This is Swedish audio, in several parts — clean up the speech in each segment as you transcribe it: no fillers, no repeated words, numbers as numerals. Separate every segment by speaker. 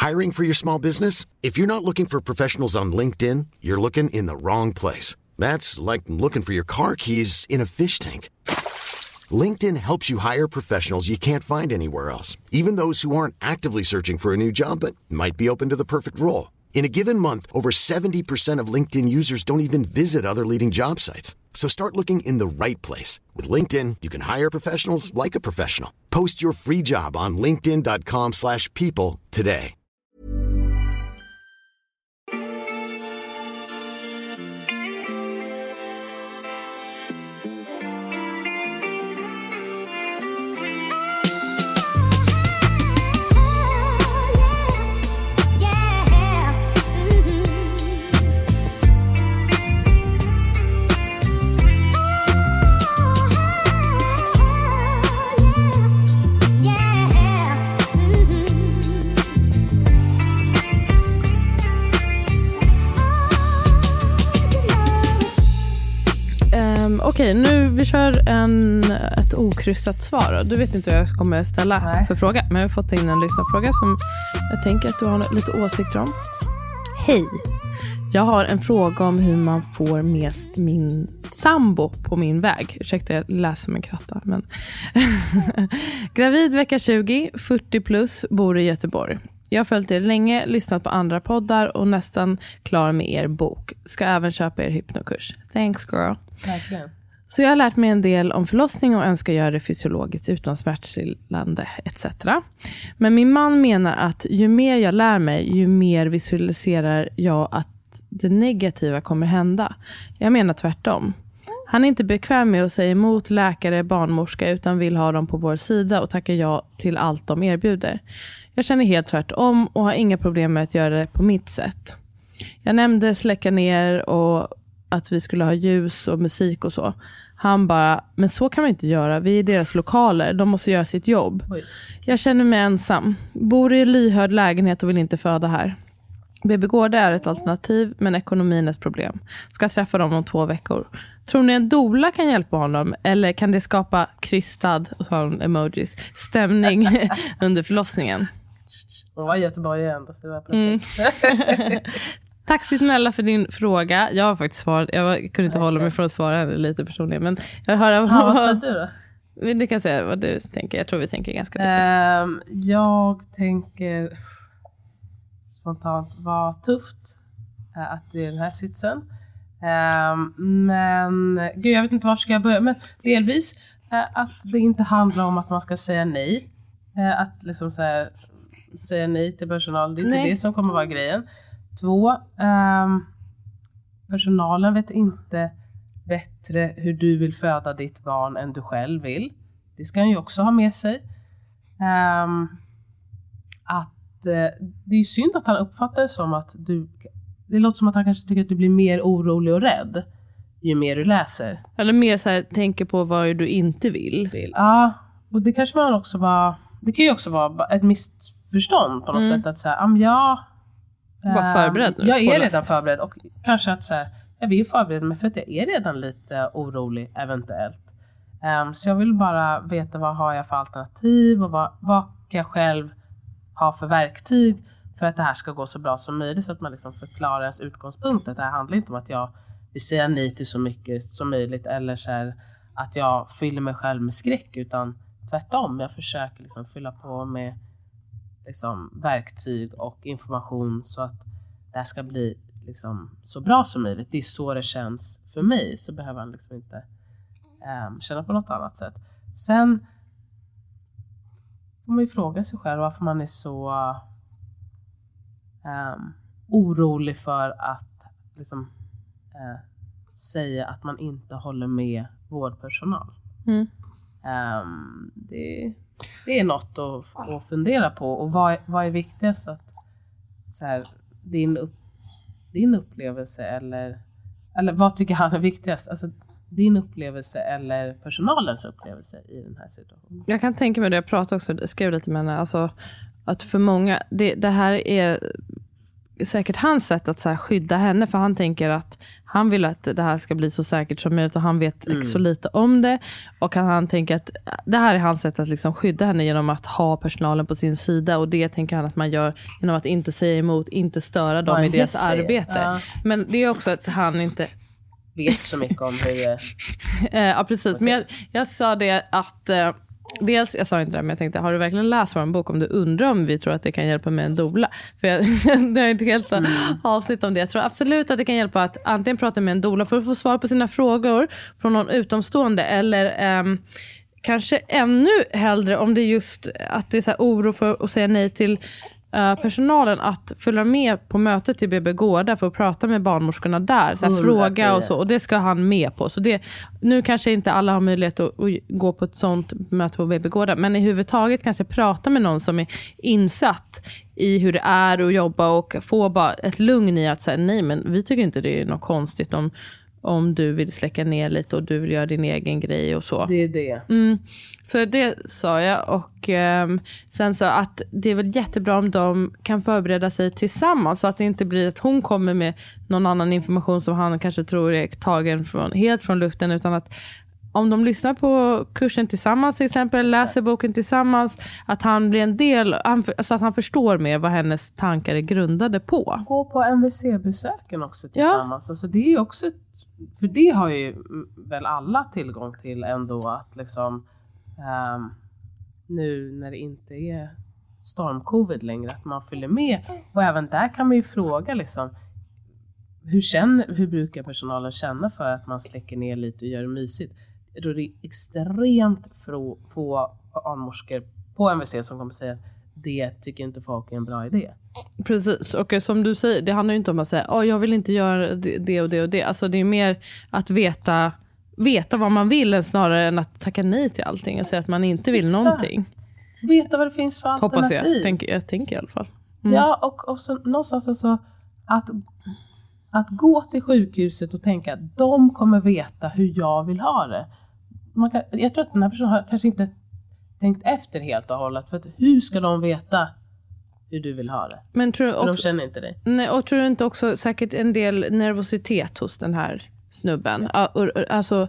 Speaker 1: Hiring for your small business? If you're not looking for professionals on LinkedIn, you're looking in the wrong place. That's like looking for your car keys in a fish tank. LinkedIn helps you hire professionals you can't find anywhere else, even those who aren't actively searching for a new job but might be open to the perfect role. In a given month, over 70% of LinkedIn users don't even visit other leading job sites. So start looking in the right place. With LinkedIn, you can hire professionals like a professional. Post your free job on linkedin.com/people today.
Speaker 2: Okej, nu vi kör ett okrystat svar. Du vet inte vad jag kommer ställa för fråga, men jag har fått in en lyssnarfråga som jag tänker att du har lite åsikter om. Hej, jag har en fråga om hur man får med min sambo på min väg. Ursäkta, jag läser som en kratta. Men gravid vecka 20, 40 plus, bor i Göteborg. Jag har följt er länge, lyssnat på andra poddar och nästan klar med er bok. Ska även köpa er hypnokurs. Thanks girl.
Speaker 3: Verkligen.
Speaker 2: Så jag har lärt mig en del om förlossning och önskar göra det fysiologiskt utan smärtstillande etc. Men min man menar att ju mer jag lär mig, ju mer visualiserar jag att det negativa kommer hända. Jag menar tvärtom. Han är inte bekväm med att säga emot läkare, barnmorska utan vill ha dem på vår sida och tackar ja till allt de erbjuder. Jag känner helt tvärtom och har inga problem med att göra det på mitt sätt. Jag nämnde släcka ner och att vi skulle ha ljus och musik och så. Han bara, men så kan man inte göra. Vi är i deras lokaler, de måste göra sitt jobb. Oj. Jag känner mig ensam. Bor i lyhörd lägenhet och vill inte föda här. BB-gård är ett alternativ, men ekonomin är ett problem. Ska träffa dem om 2 veckor. Tror ni en doula kan hjälpa honom? Eller kan det skapa krystad, och så har hon emojis, stämning under förlossningen?
Speaker 3: Hon var i Göteborg igen, så det var perfekt.
Speaker 2: Tack så snälla för din fråga. Jag har faktiskt svarat. Jag kunde inte hålla mig från att svara lite personligen. Men jag hör
Speaker 3: vad sa du då?
Speaker 2: Du kan säga vad du tänker. Jag tror vi tänker ganska lite.
Speaker 3: Jag tänker spontant vad tufft att du är i den här sitsen. Men gud, jag vet inte var ska jag börja. Men delvis att det inte handlar om att man ska säga nej. Att liksom säga nej till personal. Det är inte det som kommer vara grejen. 2, personalen vet inte bättre hur du vill föda ditt barn än du själv vill. Det ska han ju också ha med sig. Det är ju synd att han uppfattar det som att det låter som att han kanske tycker att du blir mer orolig och rädd ju mer du läser.
Speaker 2: Eller mer så här, tänker på vad du inte vill.
Speaker 3: Ja, och det kanske man också det kan ju också vara ett missförstånd på något sätt att säga,
Speaker 2: var förberedd nu.
Speaker 3: Jag är redan förberedd och kanske att jag vill förbereda mig för att jag är redan lite orolig eventuellt. Så jag vill bara veta vad har jag för alternativ och vad kan jag själv ha för verktyg för att det här ska gå så bra som möjligt, så att man liksom förklarar ens utgångspunkt. Att det här handlar inte om att jag vill säga nej till så mycket som möjligt eller så här, att jag fyller mig själv med skräck, utan tvärtom. Jag försöker liksom fylla på med liksom verktyg och information så att det här ska bli liksom så bra som möjligt. Det är så det känns för mig, så behöver han liksom inte känna på något annat sätt. Sen får man ju fråga sig själv varför man är så orolig för att liksom, säga att man inte håller med vårdpersonal. Det är något att fundera på. Och vad är viktigast? Att så här, din upplevelse eller vad tycker han är viktigast? Alltså din upplevelse eller personalens upplevelse i den här situationen?
Speaker 2: Jag kan tänka mig det, jag pratade också, skrev lite med henne, alltså att för många, det här är säkert hans sätt att så här skydda henne, för han tänker att han vill att det här ska bli så säkert som möjligt och han vet så lite om det, och han tänker att det här är hans sätt att liksom skydda henne genom att ha personalen på sin sida, och det tänker han att man gör genom att inte säga emot, inte störa dem i deras arbete. Ja. Men det är också att han inte
Speaker 3: vet så mycket om hur det...
Speaker 2: Ja, precis. Men jag sa det att... Dels, jag sa inte det, men jag tänkte, har du verkligen läst vår bok om du undrar om vi tror att det kan hjälpa med en doula? För det är ett helt avsnitt om det. Jag tror absolut att det kan hjälpa att antingen prata med en doula för att få svar på sina frågor från någon utomstående, eller kanske ännu hellre om det är just att det är så här oro för att säga nej till personalen, att följa med på mötet till BB Gårda för att prata med barnmorskorna där, så här, fråga och så, och det ska han med på. Så det, nu kanske inte alla har möjlighet att gå på ett sånt möte på BB Gårda, men i huvudtaget kanske prata med någon som är insatt i hur det är att jobba och få bara ett lugn i att säga nej, men vi tycker inte det är något konstigt om du vill släcka ner lite och du vill göra din egen grej och så.
Speaker 3: Det är det.
Speaker 2: Så det sa jag, och sen så att det är väl jättebra om de kan förbereda sig tillsammans, så att det inte blir att hon kommer med någon annan information som han kanske tror är tagen helt från luften, utan att om de lyssnar på kursen tillsammans till exempel, läser boken tillsammans, att han blir en del, så att han förstår mer vad hennes tankar är grundade på.
Speaker 3: Gå på MVC-besöken också tillsammans. Alltså det är ju också, för det har ju väl alla tillgång till ändå, att liksom nu när det inte är storm-covid längre, att man följer med. Och även där kan man ju fråga liksom, hur brukar personalen känna för att man släcker ner lite och gör det mysigt? Då är det extremt få barnmorskor på MVC som kommer säga att det tycker inte folk är en bra idé.
Speaker 2: Precis, och som du säger, det handlar ju inte om att säga jag vill inte göra det och det och det. Alltså det är mer att veta vad man vill snarare än att tacka nej till allting och säga att man inte vill någonting.
Speaker 3: Veta vad det finns för alternativ.
Speaker 2: Hoppas jag tänker i alla fall.
Speaker 3: Ja, och så någonstans alltså att gå till sjukhuset och tänka att de kommer veta hur jag vill ha det. Jag tror att den här personen har kanske inte tänkt efter helt och hållet, för att hur ska de veta hur du vill ha det? Men tror också, de känner inte det.
Speaker 2: Nej, och tror du inte också säkert en del nervositet hos den här snubben? Alltså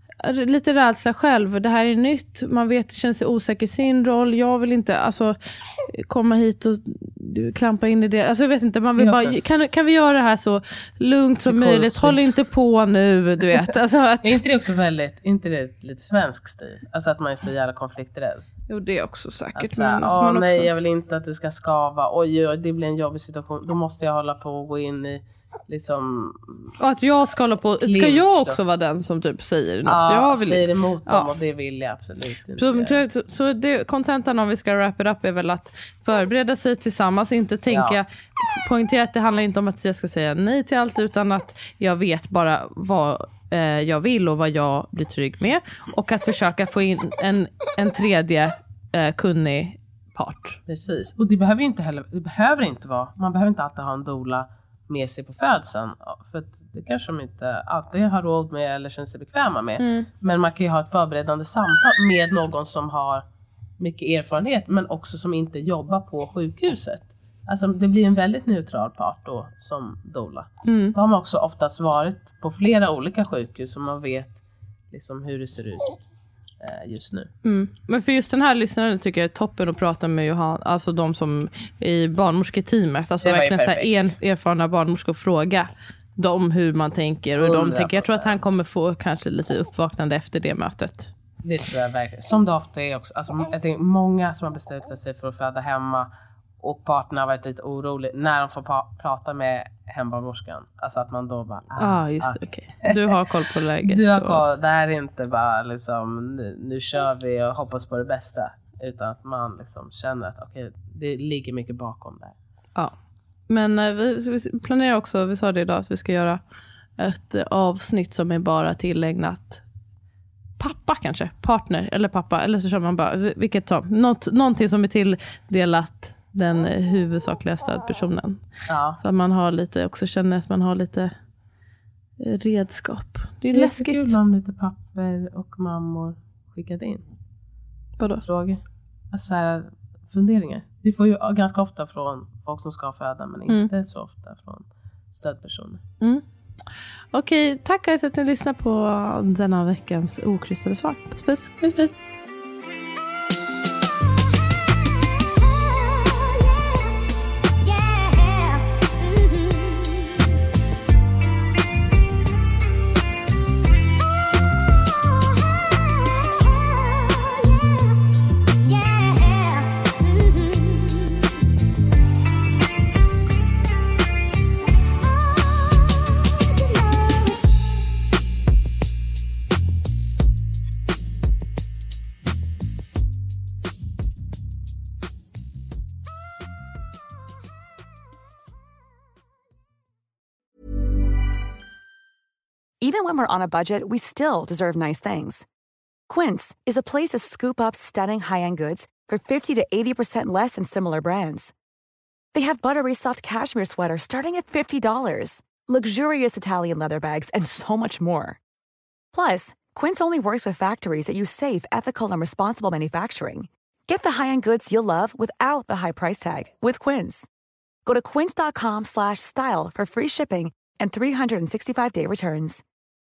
Speaker 2: lite rädsla själv. Det här är nytt. Man vet, känner sig osäker i sin roll. Jag vill inte komma hit och klampa in i det. Alltså jag vet inte, man vill bara, kan vi göra det här så lugnt som möjligt? Håll inte på nu, du vet. Alltså att,
Speaker 3: är inte det också inte det lite svensk stil? Alltså att man är så jävla konflikträdd.
Speaker 2: Jo, det är också säkert.
Speaker 3: Nej, jag vill inte att det ska skava. Oj, det blir en jobbig situation. Då måste jag hålla på och gå in i liksom...
Speaker 2: Och att jag ska hålla på... Ska jag också vara den som typ säger något?
Speaker 3: Ja, säger emot dem, och det vill jag absolut inte.
Speaker 2: Så kontentan om vi ska wrap it up är väl att förbereda sig tillsammans. Inte tänka... Poängtera att det handlar inte om att jag ska säga nej till allt, utan att jag vet bara vad jag vill och vad jag blir trygg med. Och att försöka få in en tredje kunnig part.
Speaker 3: Precis. Och det behöver inte vara, man behöver inte alltid ha en doula med sig på födseln, för att det kanske de inte alltid har råd med eller känner sig bekväma med. Men man kan ju ha ett förberedande samtal med någon som har mycket erfarenhet, men också som inte jobbar på sjukhuset. Alltså det blir en väldigt neutral part då som doula. Då har man också oftast varit på flera olika sjukhus, så man vet liksom hur det ser ut just nu.
Speaker 2: Men för just den här lyssnaren tycker jag är toppen att prata med Johan, alltså de som är i barnmorsketeamet, alltså verkligen så här erfarna barnmorskor, fråga dem hur man tänker, och de tänker, jag tror att han kommer få kanske lite uppvaknande efter det mötet.
Speaker 3: Det tror jag verkligen. Som det ofta är också. Alltså, jag tänker, många som har beslutat sig för att föda hemma och parterna har varit lite orolig när de får prata med hembarnmorskan. Alltså att man då bara...
Speaker 2: just det, okej. Du har koll på läget.
Speaker 3: Du har koll. Det här är inte bara liksom, nu kör vi och hoppas på det bästa. Utan att man liksom känner att det ligger mycket bakom det.
Speaker 2: Ja. Men vi planerar också, vi sa det idag, att vi ska göra ett avsnitt som är bara tillägnat pappa kanske. Partner eller pappa. Eller så kör man bara, vilket någonting som är tilldelat den huvudsakliga stödpersonen. Ja. Så att man har lite, också känner att man har lite redskap. Det är läskigt. Det är
Speaker 3: kul om lite papper och mammor skickat in.
Speaker 2: Vadå?
Speaker 3: Frågor. Alltså funderingar. Vi får ju ganska ofta från folk som ska föda, men inte så ofta från stödpersoner.
Speaker 2: Okej, tack för att ni lyssnar på denna veckans okrystade svar. Puss puss.
Speaker 3: Puss puss.
Speaker 4: Even when we're on a budget, we still deserve nice things. Quince is a place to scoop up stunning high-end goods for 50 to 80% less than similar brands. They have buttery soft cashmere sweaters starting at $50, luxurious Italian leather bags, and so much more. Plus, Quince only works with factories that use safe, ethical, and responsible manufacturing. Get the high-end goods you'll love without the high price tag with Quince. Go to quince.com/style for free shipping and 365-day returns.